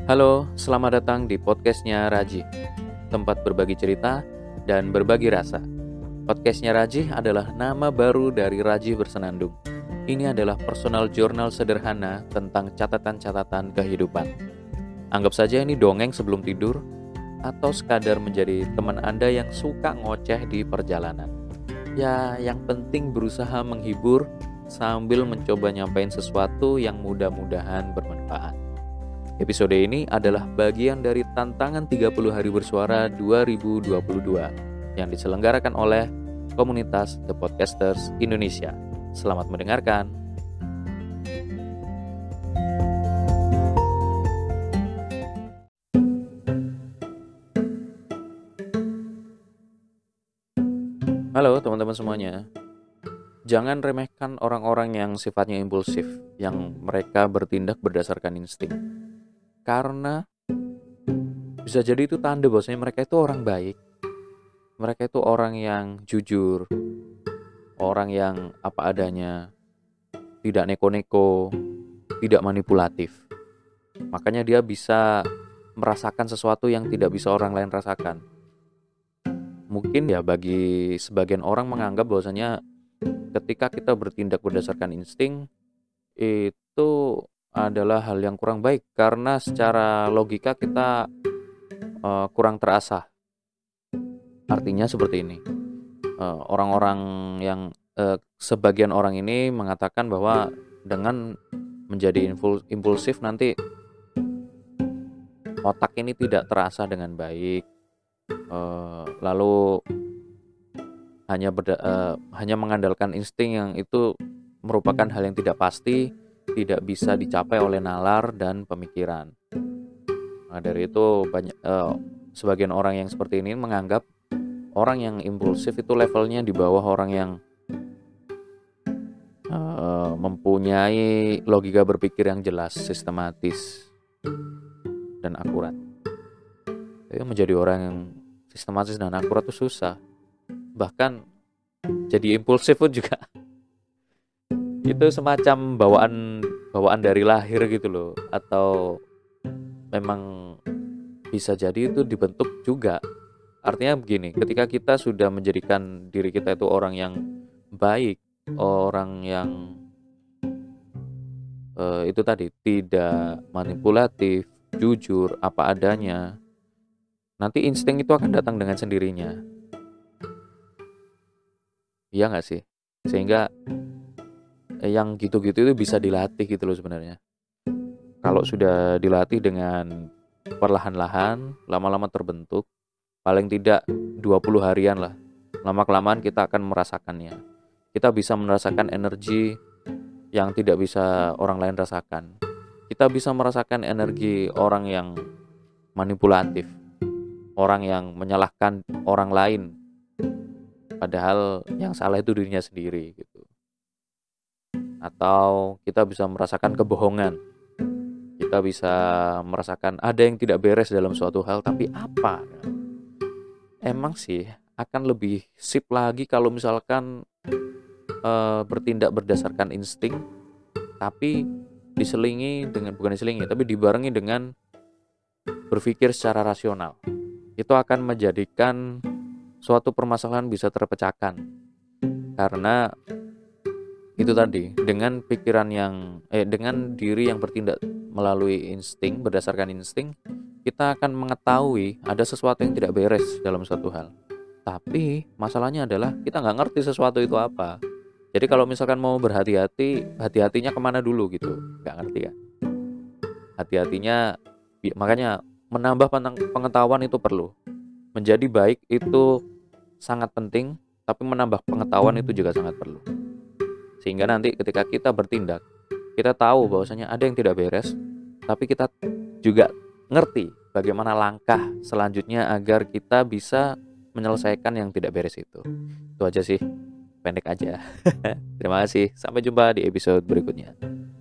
Halo, selamat datang di podcastnya Raji, tempat berbagi cerita dan berbagi rasa. Podcastnya Raji adalah nama baru dari Raji Bersenandung. Ini adalah personal journal sederhana tentang catatan-catatan kehidupan. Anggap saja ini dongeng sebelum tidur, atau sekadar menjadi teman Anda yang suka ngoceh di perjalanan. Ya, yang penting berusaha menghibur sambil mencoba nyampein sesuatu yang mudah-mudahan bermanfaat. Episode ini adalah bagian dari tantangan 30 hari bersuara 2022 yang diselenggarakan oleh komunitas The Podcasters Indonesia. Selamat mendengarkan. Halo teman-teman semuanya. Jangan remehkan orang-orang yang sifatnya impulsif, yang mereka bertindak berdasarkan insting. Karena bisa jadi itu tanda bahwasanya mereka itu orang baik. Mereka itu orang yang jujur, orang yang apa adanya, tidak neko-neko, tidak manipulatif. Makanya dia bisa merasakan sesuatu yang tidak bisa orang lain rasakan. Mungkin ya bagi sebagian orang menganggap bahwasanya ketika kita bertindak berdasarkan insting itu adalah hal yang kurang baik karena secara logika kita kurang terasah. Artinya seperti ini. Orang-orang yang sebagian orang ini mengatakan bahwa dengan menjadi impulsif nanti otak ini tidak terasa dengan baik, lalu hanya mengandalkan insting yang itu merupakan hal yang tidak pasti, tidak bisa dicapai oleh nalar dan pemikiran. Nah, dari itu sebagian orang yang seperti ini menganggap orang yang impulsif itu levelnya di bawah orang yang mempunyai logika berpikir yang jelas, sistematis, dan akurat. Tapi menjadi orang yang sistematis dan akurat itu susah. Bahkan jadi impulsif pun juga itu semacam bawaan dari lahir gitu loh, atau memang bisa jadi itu dibentuk juga. Artinya begini, ketika kita sudah menjadikan diri kita itu orang yang baik, orang yang itu tadi tidak manipulatif, jujur, apa adanya, nanti insting itu akan datang dengan sendirinya. Iya nggak sih? Sehingga yang gitu-gitu itu bisa dilatih gitu loh sebenarnya. Kalau sudah dilatih dengan perlahan-lahan, lama-lama terbentuk, paling tidak 20 harian lah. Lama-kelamaan kita akan merasakannya. Kita bisa merasakan energi yang tidak bisa orang lain rasakan. Kita bisa merasakan energi orang yang manipulatif, orang yang menyalahkan orang lain, padahal yang salah itu dirinya sendiri gitu. Atau kita bisa merasakan kebohongan, kita bisa merasakan ada yang tidak beres dalam suatu hal, tapi apa? Emang sih akan lebih sip lagi kalau misalkan bertindak berdasarkan insting, tapi diselingi dengan, bukan diselingi, tapi dibarengi dengan berpikir secara rasional. Itu akan menjadikan suatu permasalahan bisa terpecahkan. Karena itu tadi, dengan pikiran dengan diri yang bertindak melalui insting, berdasarkan insting, kita akan mengetahui ada sesuatu yang tidak beres dalam suatu hal. Tapi masalahnya adalah kita nggak ngerti sesuatu itu apa. Jadi kalau misalkan mau berhati-hati, hati-hatinya kemana dulu gitu, nggak ngerti kan? Hati-hatinya, makanya menambah pengetahuan itu perlu. Menjadi baik itu sangat penting, tapi menambah pengetahuan itu juga sangat perlu. Sehingga nanti ketika kita bertindak, kita tahu bahwasanya ada yang tidak beres, tapi kita juga ngerti bagaimana langkah selanjutnya agar kita bisa menyelesaikan yang tidak beres itu. Itu aja sih. Pendek aja. Terima kasih. Sampai jumpa di episode berikutnya.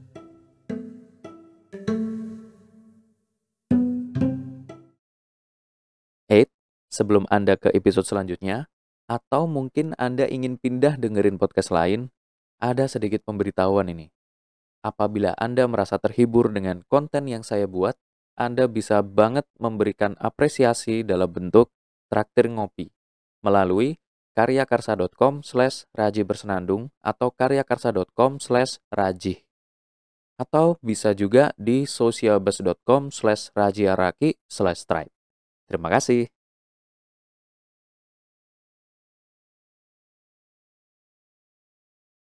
Sebelum Anda ke episode selanjutnya, atau mungkin Anda ingin pindah dengerin podcast lain, ada sedikit pemberitahuan ini. Apabila Anda merasa terhibur dengan konten yang saya buat, Anda bisa banget memberikan apresiasi dalam bentuk traktir ngopi melalui karyakarsa.com/rajih bersenandung atau karyakarsa.com/rajih. Atau bisa juga di socialbuzz.com/rajiaraki/tribe. Terima kasih.